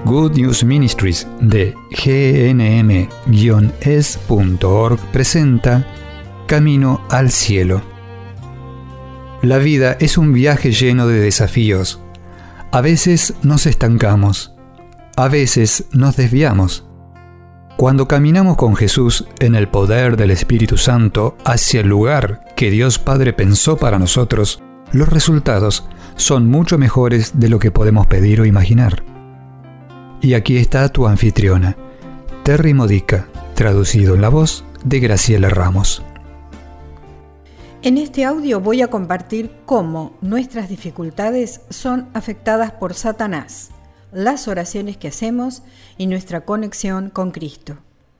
Good News Ministries de gnm-es.org presenta Camino al Cielo. La vida es un viaje lleno de desafíos. A veces nos estancamos, a veces nos desviamos. Cuando caminamos con Jesús en el poder del Espíritu Santo hacia el lugar que Dios Padre pensó para nosotros, los resultados son mucho mejores de lo que podemos pedir o imaginar. Y aquí está tu anfitriona, Terry Modica, traducido en la voz de Graciela Ramos. En este audio voy a compartir cómo nuestras dificultades son afectadas por Satanás, las oraciones que hacemos y nuestra conexión con Cristo.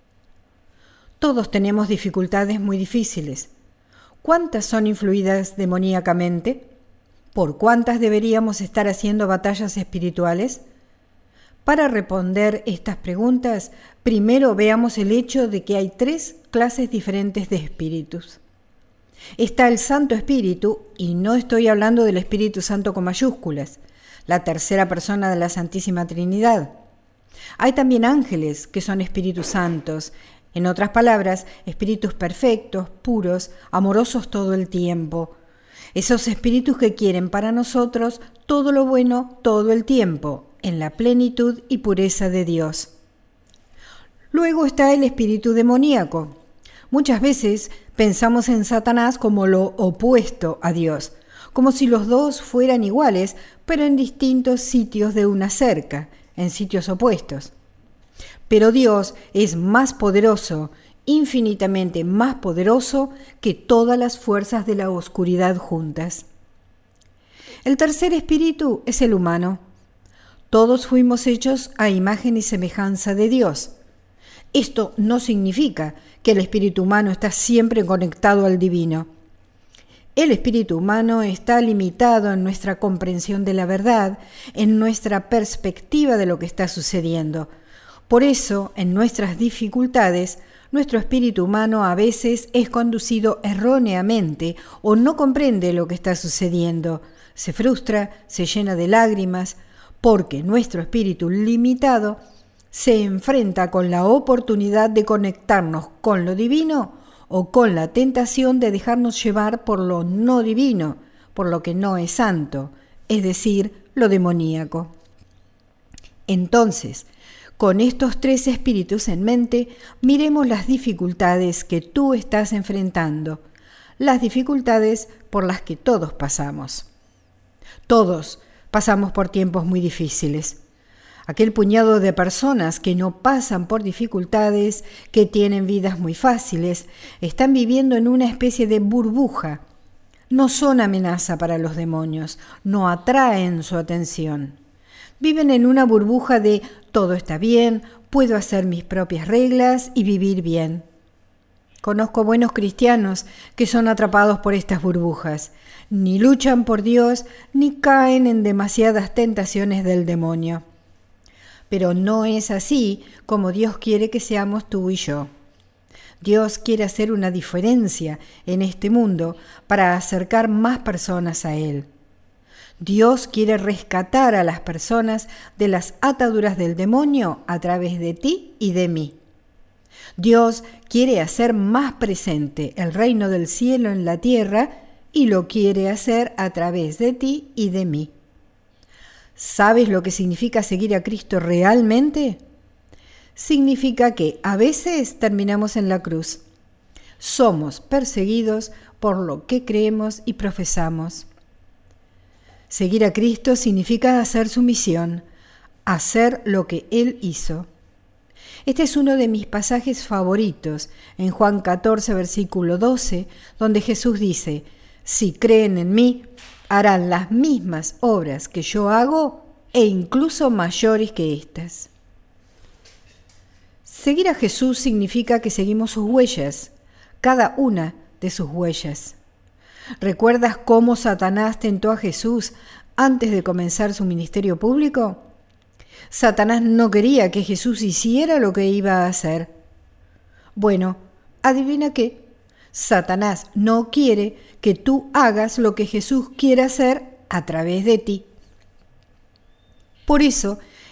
Todos tenemos dificultades muy difíciles. ¿Cuántas son influidas demoníacamente? ¿Por cuántas deberíamos estar haciendo batallas espirituales? Para responder estas preguntas, primero veamos el hecho de que hay 3 clases diferentes de espíritus. Está el Santo Espíritu, y no estoy hablando del Espíritu Santo con mayúsculas, la tercera persona de la Santísima Trinidad. Hay también ángeles, que son espíritus santos, en otras palabras, espíritus perfectos, puros, amorosos todo el tiempo. Esos espíritus que quieren para nosotros todo lo bueno todo el tiempo, en la plenitud y pureza de Dios. Luego está el espíritu demoníaco. Muchas veces pensamos en Satanás como lo opuesto a Dios, como si los dos fueran iguales, pero en distintos sitios de una cerca, en sitios opuestos. Pero Dios es más poderoso, infinitamente más poderoso que todas las fuerzas de la oscuridad juntas. El tercer espíritu es el humano. Todos fuimos hechos a imagen y semejanza de Dios. Esto no significa que el espíritu humano está siempre conectado al divino. El espíritu humano está limitado en nuestra comprensión de la verdad, en nuestra perspectiva de lo que está sucediendo. Por eso, en nuestras dificultades, nuestro espíritu humano a veces es conducido erróneamente o no comprende lo que está sucediendo. Se frustra, se llena de lágrimas, porque nuestro espíritu limitado se enfrenta con la oportunidad de conectarnos con lo divino o con la tentación de dejarnos llevar por lo no divino, por lo que no es santo, es decir, lo demoníaco. Entonces, con estos 3 espíritus en mente, miremos las dificultades que tú estás enfrentando, las dificultades por las que todos pasamos. Todos pasamos por tiempos muy difíciles. Aquel puñado de personas que no pasan por dificultades, que tienen vidas muy fáciles, están viviendo en una especie de burbuja. No son amenaza para los demonios, no atraen su atención. Viven en una burbuja de todo está bien, puedo hacer mis propias reglas y vivir bien. Conozco buenos cristianos que son atrapados por estas burbujas. Ni luchan por Dios, ni caen en demasiadas tentaciones del demonio. Pero no es así como Dios quiere que seamos tú y yo. Dios quiere hacer una diferencia en este mundo para acercar más personas a Él. Dios quiere rescatar a las personas de las ataduras del demonio a través de ti y de mí. Dios quiere hacer más presente el reino del cielo en la tierra y lo quiere hacer a través de ti y de mí. ¿Sabes lo que significa seguir a Cristo realmente? Significa que a veces terminamos en la cruz. Somos perseguidos por lo que creemos y profesamos. Seguir a Cristo significa hacer su misión, hacer lo que Él hizo. Este es uno de mis pasajes favoritos, en Juan 14, versículo 12, donde Jesús dice: si creen en mí, harán las mismas obras que yo hago e incluso mayores que estas. Seguir a Jesús significa que seguimos sus huellas, cada una de sus huellas. ¿Recuerdas cómo Satanás tentó a Jesús antes de comenzar su ministerio público? Satanás no quería que Jesús hiciera lo que iba a hacer. Bueno, adivina qué. Satanás no quiere que tú hagas lo que Jesús quiere hacer a través de ti. Por eso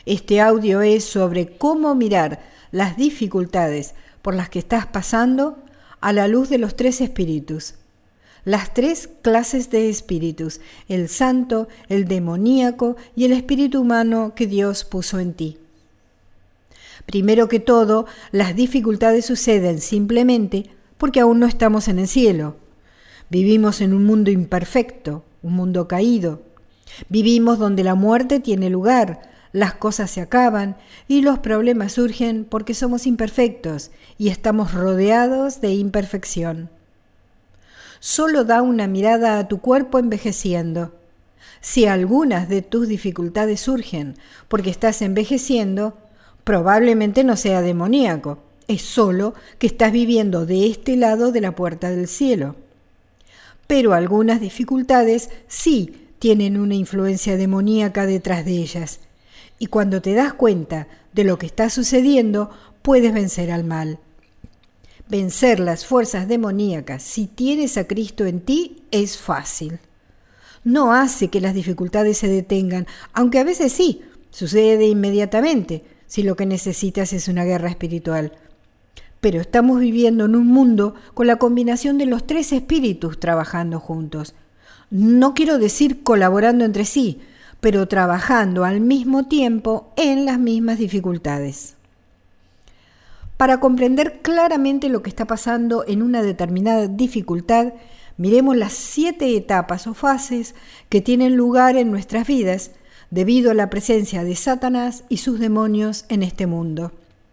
Este audio es sobre cómo mirar las dificultades por las que estás pasando a la luz de los 3 espíritus. Las 3 clases de espíritus: el santo, el demoníaco y el espíritu humano que Dios puso en ti. Primero que todo, las dificultades suceden simplemente porque aún no estamos en el cielo. Vivimos en un mundo imperfecto, un mundo caído. Vivimos donde la muerte tiene lugar, las cosas se acaban y los problemas surgen porque somos imperfectos y estamos rodeados de imperfección. Solo da una mirada a tu cuerpo envejeciendo. Si algunas de tus dificultades surgen porque estás envejeciendo, probablemente no sea demoníaco, es solo que estás viviendo de este lado de la puerta del cielo. Pero algunas dificultades sí tienen una influencia demoníaca detrás de ellas, y cuando te das cuenta de lo que está sucediendo, puedes vencer al mal. Vencer las fuerzas demoníacas si tienes a Cristo en ti es fácil. No hace que las dificultades se detengan, aunque a veces sí, sucede inmediatamente, si lo que necesitas es una guerra espiritual. Pero estamos viviendo en un mundo con la combinación de los 3 espíritus trabajando juntos. No quiero decir colaborando entre sí, pero trabajando al mismo tiempo en las mismas dificultades. Para comprender claramente lo que está pasando en una determinada dificultad, miremos las 7 etapas o fases que tienen lugar en nuestras vidas debido a la presencia de Satanás y sus demonios en este mundo.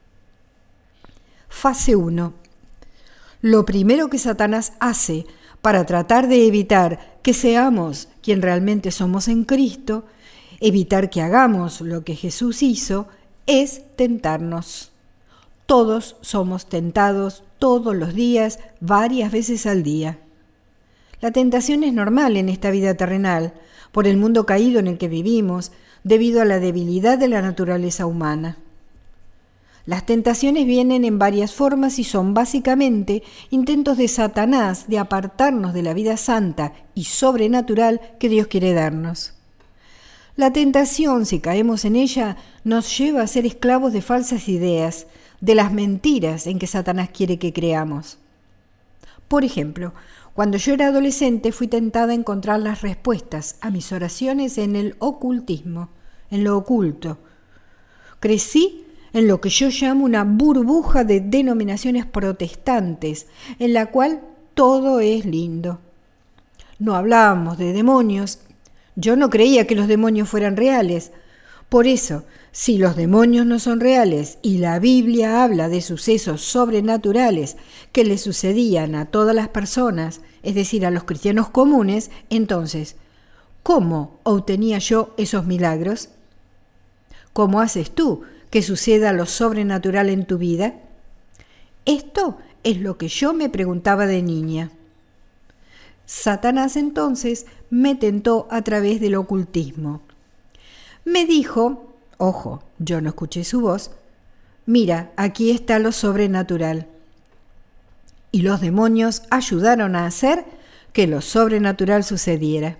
Fase 1. Lo primero que Satanás hace para tratar de evitar que seamos quien realmente somos en Cristo, evitar que hagamos lo que Jesús hizo, es tentarnos. Todos somos tentados todos los días, varias veces al día. La tentación es normal en esta vida terrenal, por el mundo caído en el que vivimos, debido a la debilidad de la naturaleza humana. Las tentaciones vienen en varias formas y son básicamente intentos de Satanás de apartarnos de la vida santa y sobrenatural que Dios quiere darnos. La tentación, si caemos en ella, nos lleva a ser esclavos de falsas ideas, de las mentiras en que Satanás quiere que creamos. Por ejemplo, cuando yo era adolescente fui tentada a encontrar las respuestas a mis oraciones en el ocultismo, en lo oculto. Crecí en lo que yo llamo una burbuja de denominaciones protestantes, en la cual todo es lindo. No hablábamos de demonios. Yo no creía que los demonios fueran reales. Por eso, si los demonios no son reales y la Biblia habla de sucesos sobrenaturales que le sucedían a todas las personas, es decir, a los cristianos comunes, entonces, ¿cómo obtenía yo esos milagros? ¿Cómo haces tú que suceda lo sobrenatural en tu vida? Esto es lo que yo me preguntaba de niña. Satanás entonces me tentó a través del ocultismo. Me dijo, ojo, yo no escuché su voz, mira, aquí está lo sobrenatural. Y los demonios ayudaron a hacer que lo sobrenatural sucediera.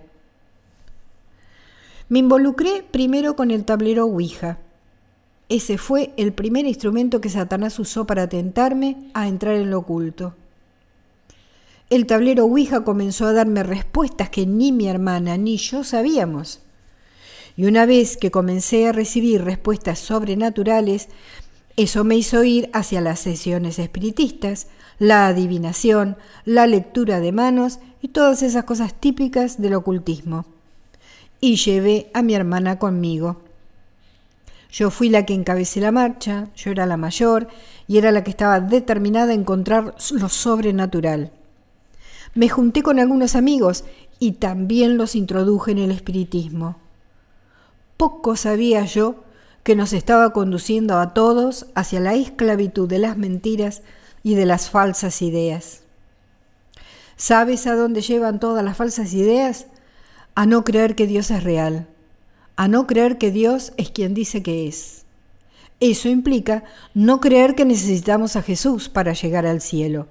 Me involucré primero con el tablero Ouija. Ese fue el primer instrumento que Satanás usó para tentarme a entrar en lo oculto. El tablero Ouija comenzó a darme respuestas que ni mi hermana ni yo sabíamos. Y una vez que comencé a recibir respuestas sobrenaturales, eso me hizo ir hacia las sesiones espiritistas, la adivinación, la lectura de manos y todas esas cosas típicas del ocultismo. Y llevé a mi hermana conmigo. Yo fui la que encabecé la marcha, yo era la mayor y era la que estaba determinada a encontrar lo sobrenatural. Me junté con algunos amigos y también los introduje en el espiritismo. Poco sabía yo que nos estaba conduciendo a todos hacia la esclavitud de las mentiras y de las falsas ideas. ¿Sabes a dónde llevan todas las falsas ideas? A no creer que Dios es real, a no creer que Dios es quien dice que es. Eso implica no creer que necesitamos a Jesús para llegar al cielo,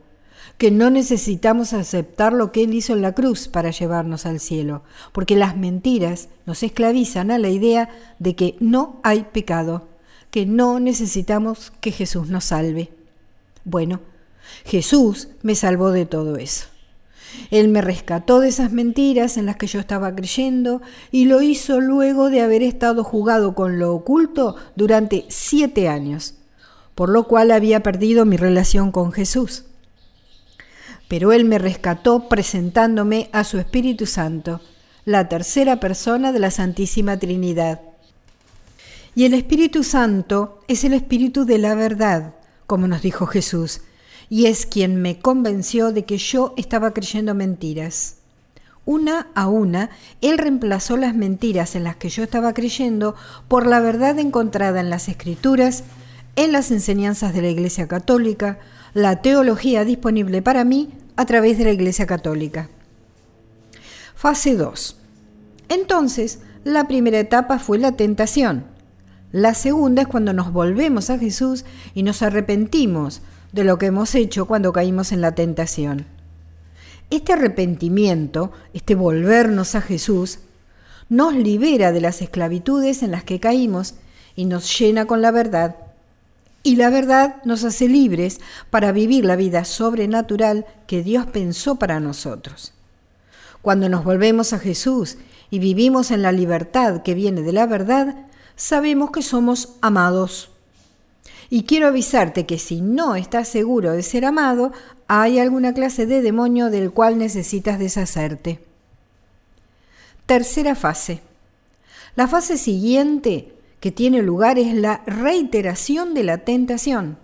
que no necesitamos aceptar lo que Él hizo en la cruz para llevarnos al cielo, porque las mentiras nos esclavizan a la idea de que no hay pecado, que no necesitamos que Jesús nos salve. Bueno, Jesús me salvó de todo eso. Él me rescató de esas mentiras en las que yo estaba creyendo y lo hizo luego de haber estado jugado con lo oculto durante 7 años, por lo cual había perdido mi relación con Jesús. Pero Él me rescató presentándome a su Espíritu Santo, la tercera persona de la Santísima Trinidad. Y el Espíritu Santo es el Espíritu de la verdad, como nos dijo Jesús, y es quien me convenció de que yo estaba creyendo mentiras. Una a una, Él reemplazó las mentiras en las que yo estaba creyendo por la verdad encontrada en las Escrituras, en las enseñanzas de la Iglesia Católica, la teología disponible para mí a través de la Iglesia Católica. Fase 2. Entonces, la primera etapa fue la tentación. La segunda es cuando nos volvemos a Jesús y nos arrepentimos de lo que hemos hecho cuando caímos en la tentación. Este arrepentimiento, este volvernos a Jesús, nos libera de las esclavitudes en las que caímos y nos llena con la verdad. Y la verdad nos hace libres para vivir la vida sobrenatural que Dios pensó para nosotros. Cuando nos volvemos a Jesús y vivimos en la libertad que viene de la verdad, sabemos que somos amados. Y quiero avisarte que si no estás seguro de ser amado, hay alguna clase de demonio del cual necesitas deshacerte. Tercera fase. La fase siguiente que tiene lugar es la reiteración de la tentación.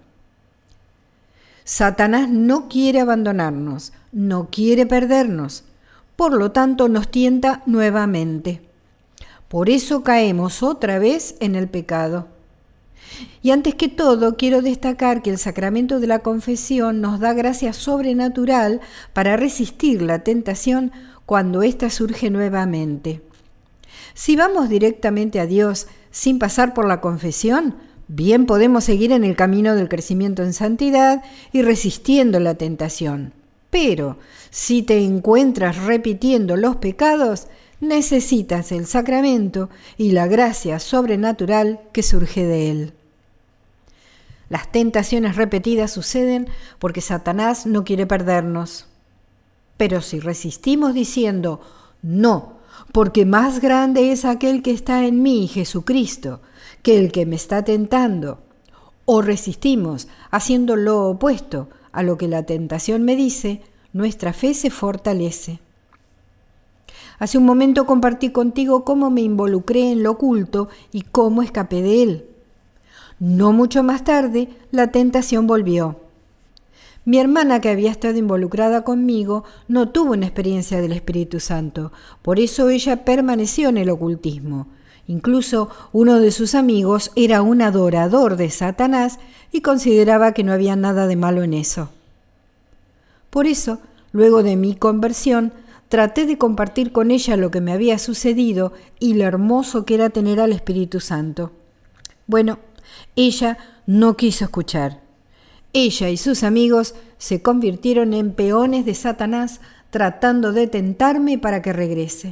Satanás no quiere abandonarnos, no quiere perdernos, por lo tanto nos tienta nuevamente. Por eso caemos otra vez en el pecado. Y antes que todo, quiero destacar que el sacramento de la confesión nos da gracia sobrenatural para resistir la tentación cuando ésta surge nuevamente. Si vamos directamente a Dios sin pasar por la confesión, bien podemos seguir en el camino del crecimiento en santidad y resistiendo la tentación. Pero si te encuentras repitiendo los pecados, necesitas el sacramento y la gracia sobrenatural que surge de él. Las tentaciones repetidas suceden porque Satanás no quiere perdernos. Pero si resistimos diciendo no, porque más grande es aquel que está en mí, Jesucristo, que el que me está tentando, o resistimos haciendo lo opuesto a lo que la tentación me dice, nuestra fe se fortalece. Hace un momento compartí contigo cómo me involucré en lo oculto y cómo escapé de él. No mucho más tarde, la tentación volvió. Mi hermana, que había estado involucrada conmigo, no tuvo una experiencia del Espíritu Santo. Por eso ella permaneció en el ocultismo. Incluso uno de sus amigos era un adorador de Satanás y consideraba que no había nada de malo en eso. Por eso, luego de mi conversión, traté de compartir con ella lo que me había sucedido y lo hermoso que era tener al Espíritu Santo. Bueno, ella no quiso escuchar. Ella y sus amigos se convirtieron en peones de Satanás tratando de tentarme para que regrese.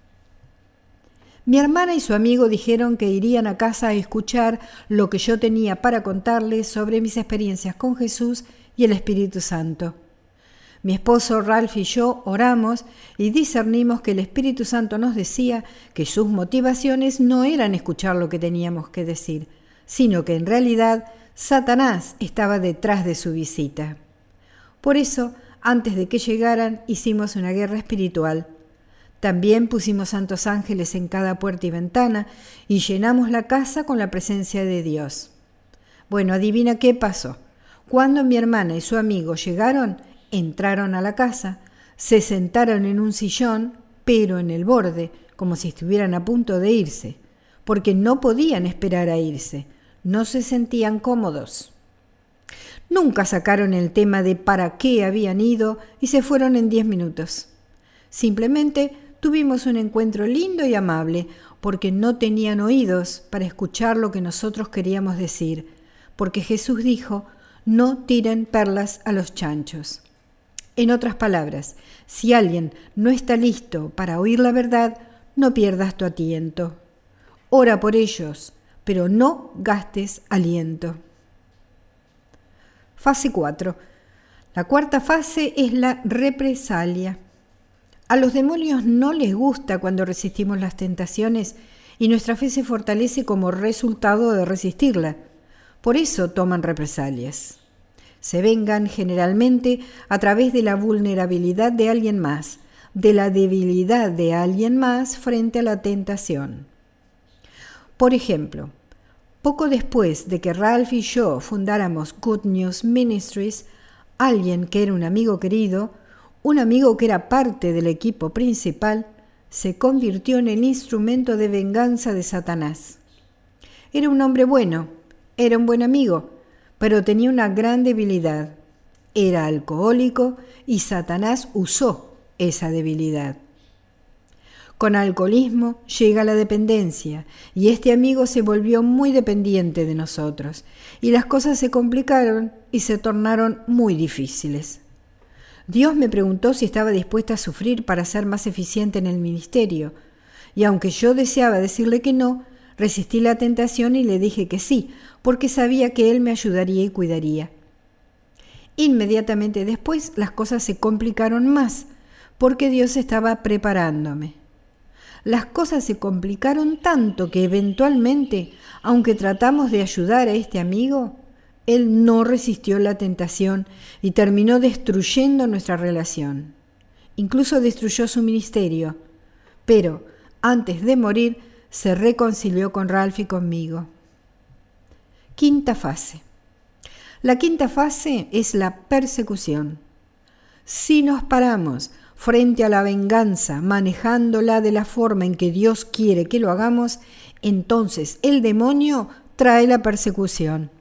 Mi hermana y su amigo dijeron que irían a casa a escuchar lo que yo tenía para contarles sobre mis experiencias con Jesús y el Espíritu Santo. Mi esposo Ralph y yo oramos y discernimos que el Espíritu Santo nos decía que sus motivaciones no eran escuchar lo que teníamos que decir, sino que en realidad Satanás estaba detrás de su visita. Por eso, antes de que llegaran, hicimos una guerra espiritual. También pusimos santos ángeles en cada puerta y ventana y llenamos la casa con la presencia de Dios. Bueno, adivina qué pasó. Cuando mi hermana y su amigo llegaron, entraron a la casa, se sentaron en un sillón, pero en el borde, como si estuvieran a punto de irse, porque no podían esperar a irse, no se sentían cómodos. Nunca sacaron el tema de para qué habían ido y se fueron en 10 minutos. Simplemente tuvimos un encuentro lindo y amable, porque no tenían oídos para escuchar lo que nosotros queríamos decir, porque Jesús dijo, no tiren perlas a los chanchos. En otras palabras, si alguien no está listo para oír la verdad, no pierdas tu aliento. Ora por ellos, pero no gastes aliento. Fase 4. La cuarta fase es la represalia. A los demonios no les gusta cuando resistimos las tentaciones y nuestra fe se fortalece como resultado de resistirla. Por eso toman represalias. Se vengan generalmente a través de la vulnerabilidad de alguien más, de la debilidad de alguien más frente a la tentación. Por ejemplo, poco después de que Ralph y yo fundáramos Good News Ministries, alguien que era un amigo querido, un amigo que era parte del equipo principal, se convirtió en el instrumento de venganza de Satanás. Era un hombre bueno, era un buen amigo, pero tenía una gran debilidad. Era alcohólico y Satanás usó esa debilidad. Con alcoholismo llega la dependencia y este amigo se volvió muy dependiente de nosotros y las cosas se complicaron y se tornaron muy difíciles. Dios me preguntó si estaba dispuesta a sufrir para ser más eficiente en el ministerio y aunque yo deseaba decirle que no, resistí la tentación y le dije que sí, porque sabía que Él me ayudaría y cuidaría. Inmediatamente después las cosas se complicaron más, porque Dios estaba preparándome. Las cosas se complicaron tanto que eventualmente, aunque tratamos de ayudar a este amigo, él no resistió la tentación y terminó destruyendo nuestra relación. Incluso destruyó su ministerio, pero antes de morir se reconcilió con Ralph y conmigo. Quinta fase. La quinta fase es la persecución. Si nos paramos frente a la venganza, manejándola de la forma en que Dios quiere que lo hagamos, entonces el demonio trae la persecución.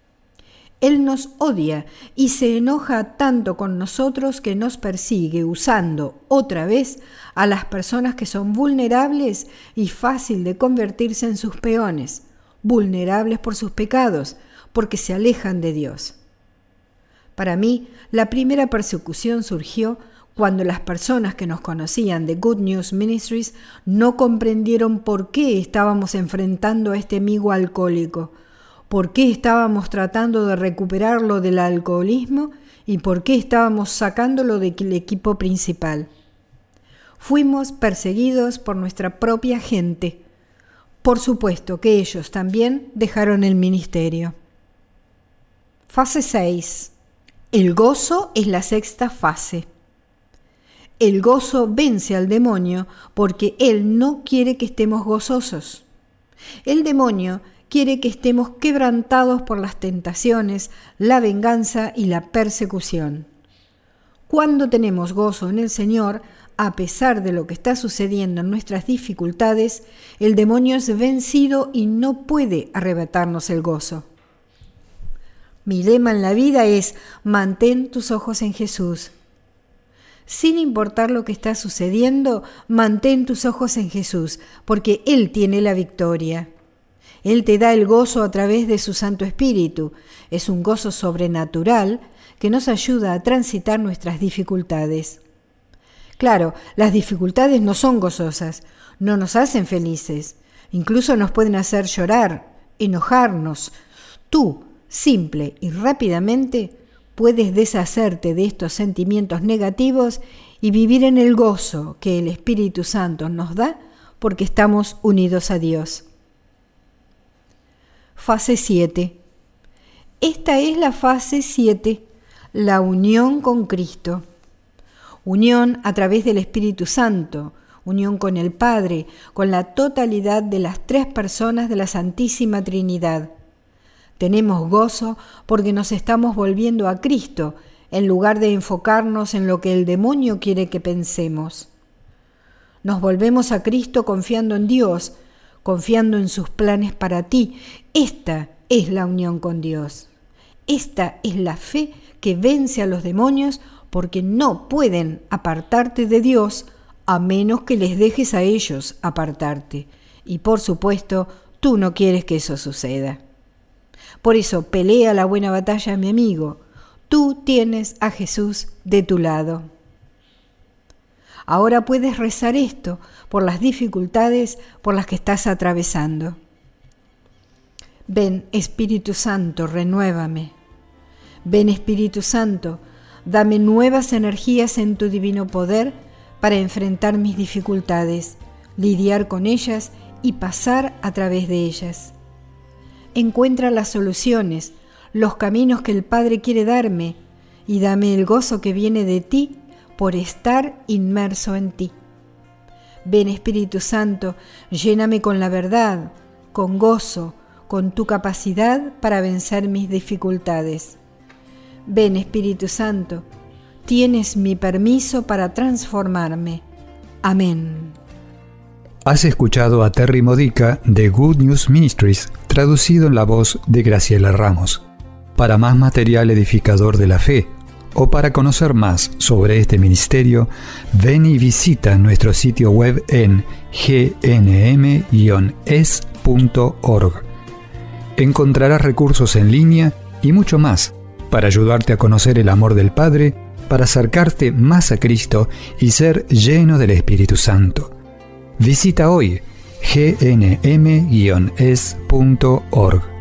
Él nos odia y se enoja tanto con nosotros que nos persigue usando otra vez a las personas que son vulnerables y fácil de convertirse en sus peones, vulnerables por sus pecados, porque se alejan de Dios. Para mí, la primera persecución surgió cuando las personas que nos conocían de Good News Ministries no comprendieron por qué estábamos enfrentando a este amigo alcohólico, por qué estábamos tratando de recuperarlo del alcoholismo y por qué estábamos sacándolo del equipo principal. Fuimos perseguidos por nuestra propia gente. Por supuesto que ellos también dejaron el ministerio. Fase 6. El gozo es la sexta fase. El gozo vence al demonio porque él no quiere que estemos gozosos. El demonio quiere que estemos quebrantados por las tentaciones, la venganza y la persecución. Cuando tenemos gozo en el Señor, a pesar de lo que está sucediendo en nuestras dificultades, el demonio es vencido y no puede arrebatarnos el gozo. Mi lema en la vida es: mantén tus ojos en Jesús. Sin importar lo que está sucediendo, mantén tus ojos en Jesús, porque Él tiene la victoria. Él te da el gozo a través de su Santo Espíritu. Es un gozo sobrenatural que nos ayuda a transitar nuestras dificultades. Claro, las dificultades no son gozosas, no nos hacen felices, incluso nos pueden hacer llorar, enojarnos. Tú, simple y rápidamente, puedes deshacerte de estos sentimientos negativos y vivir en el gozo que el Espíritu Santo nos da porque estamos unidos a Dios. Fase 7. Esta es la fase 7, la unión con Cristo. Unión a través del Espíritu Santo, unión con el Padre, con la totalidad de las tres personas de la Santísima Trinidad. Tenemos gozo porque nos estamos volviendo a Cristo, en lugar de enfocarnos en lo que el demonio quiere que pensemos. Nos volvemos a Cristo confiando en Dios, confiando en sus planes para ti. Esta es la unión con Dios. Esta es la fe que vence a los demonios porque no pueden apartarte de Dios a menos que les dejes a ellos apartarte. Y por supuesto, tú no quieres que eso suceda. Por eso pelea la buena batalla, mi amigo. Tú tienes a Jesús de tu lado. Ahora puedes rezar esto por las dificultades por las que estás atravesando. Ven, Espíritu Santo, renuévame. Ven, Espíritu Santo, dame nuevas energías en tu divino poder para enfrentar mis dificultades, lidiar con ellas y pasar a través de ellas. Encuentra las soluciones, los caminos que el Padre quiere darme, y dame el gozo que viene de ti por estar inmerso en ti. Ven, Espíritu Santo, lléname con la verdad, con gozo, con tu capacidad para vencer mis dificultades. Ven, Espíritu Santo, tienes mi permiso para transformarme. Amén. Has escuchado a Terry Modica de Good News Ministries, traducido en la voz de Graciela Ramos. Para más material edificador de la fe, o para conocer más sobre este ministerio, ven y visita nuestro sitio web en gnm-es.org. Encontrarás recursos en línea y mucho más para ayudarte a conocer el amor del Padre, para acercarte más a Cristo y ser lleno del Espíritu Santo. Visita hoy gnm-es.org.